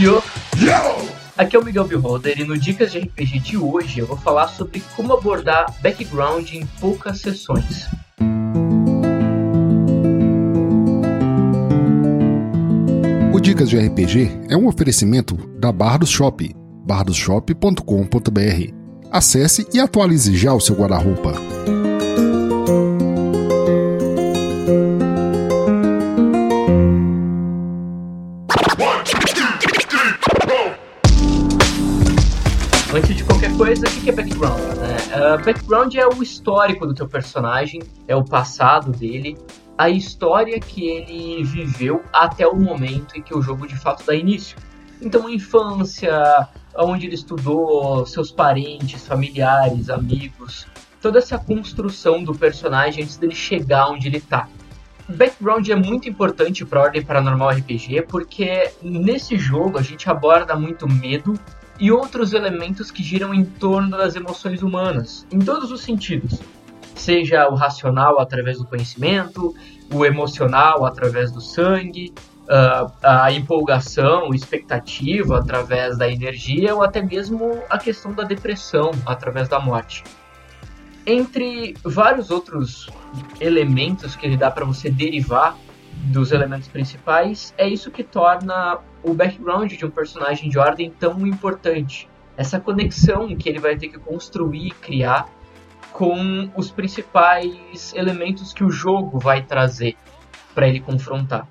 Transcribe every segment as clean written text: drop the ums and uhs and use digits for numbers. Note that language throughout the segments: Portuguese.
Yo! Aqui é o Miguel Beholder e no Dicas de RPG de hoje eu vou falar sobre como abordar background em poucas sessões. O Dicas de RPG é um oferecimento da Bardos Shop, bardosshop.com.br. Acesse e atualize já o seu guarda-roupa. Antes de qualquer coisa, o que é background? Background é o histórico do teu personagem, é o passado dele, a história que ele viveu até o momento em que o jogo de fato dá início. Então, infância, onde ele estudou, seus parentes, familiares, amigos, toda essa construção do personagem antes dele chegar onde ele está. Background é muito importante para a Ordem Paranormal RPG porque nesse jogo a gente aborda muito medo e outros elementos que giram em torno das emoções humanas, em todos os sentidos. Seja o racional através do conhecimento, o emocional através do sangue, a empolgação, a expectativa através da energia ou até mesmo a questão da depressão através da morte. Entre vários outros elementos que ele dá para você derivar dos elementos principais, é isso que torna o background de um personagem de ordem tão importante. Essa conexão que ele vai ter que construir e criar com os principais elementos que o jogo vai trazer para ele confrontar.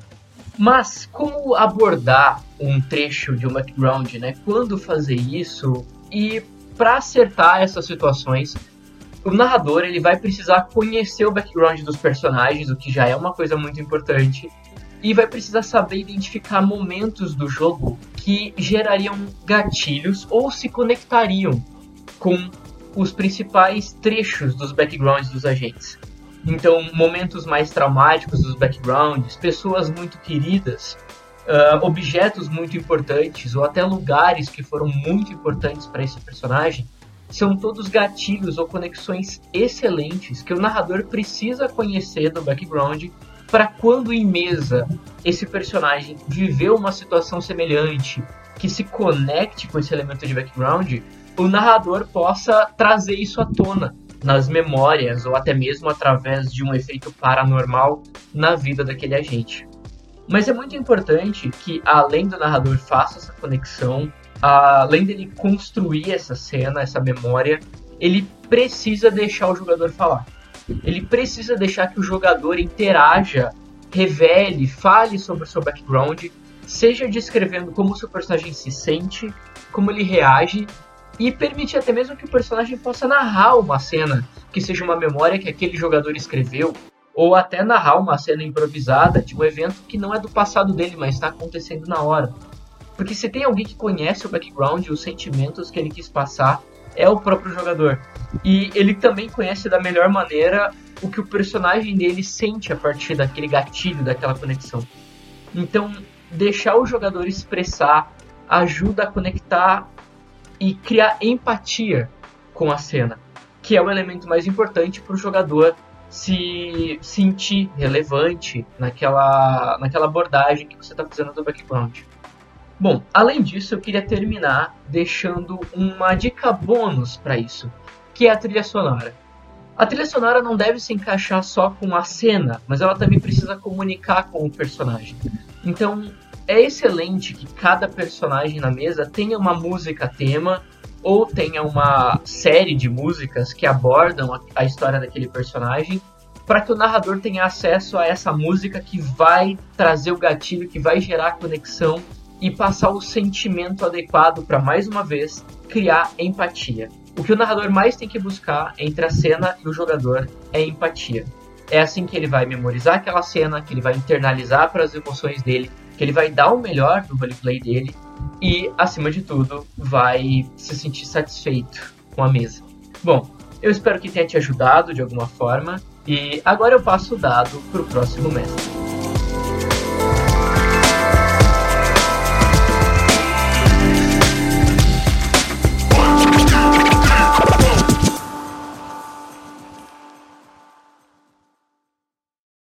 Mas como abordar um trecho de um background, né? Quando fazer isso? E para acertar essas situações, o narrador ele vai precisar conhecer o background dos personagens, o que já é uma coisa muito importante, e vai precisar saber identificar momentos do jogo que gerariam gatilhos ou se conectariam com os principais trechos dos backgrounds dos agentes. Então, momentos mais traumáticos dos backgrounds, pessoas muito queridas, objetos muito importantes ou até lugares que foram muito importantes para esse personagem, são todos gatilhos ou conexões excelentes que o narrador precisa conhecer do background para quando em mesa esse personagem viveu uma situação semelhante, que se conecte com esse elemento de background, o narrador possa trazer isso à tona nas memórias ou até mesmo através de um efeito paranormal na vida daquele agente. Mas é muito importante que, além do narrador faça essa conexão, além dele construir essa cena, essa memória, ele precisa deixar o jogador falar. Ele precisa deixar que o jogador interaja, revele, fale sobre o seu background, seja descrevendo como o seu personagem se sente, como ele reage, e permitir até mesmo que o personagem possa narrar uma cena que seja uma memória que aquele jogador escreveu, ou até narrar uma cena improvisada de um evento que não é do passado dele, mas está acontecendo na hora. Porque se tem alguém que conhece o background e os sentimentos que ele quis passar, é o próprio jogador. E ele também conhece da melhor maneira o que o personagem dele sente a partir daquele gatilho, daquela conexão. Então, deixar o jogador expressar ajuda a conectar e criar empatia com a cena, que é o elemento mais importante para o jogador se sentir relevante naquela abordagem que você está fazendo do background. Bom, além disso, eu queria terminar deixando uma dica bônus para isso, que é a trilha sonora. A trilha sonora não deve se encaixar só com a cena, mas ela também precisa comunicar com o personagem. Então, é excelente que cada personagem na mesa tenha uma música tema ou tenha uma série de músicas que abordam a história daquele personagem, para que o narrador tenha acesso a essa música que vai trazer o gatilho, que vai gerar a conexão e passar o sentimento adequado para, mais uma vez, criar empatia. O que o narrador mais tem que buscar entre a cena e o jogador é empatia. É assim que ele vai memorizar aquela cena, que ele vai internalizar para as emoções dele, que ele vai dar o melhor do roleplay dele e, acima de tudo, vai se sentir satisfeito com a mesa. Bom, eu espero que tenha te ajudado de alguma forma e agora eu passo o dado para o próximo mestre.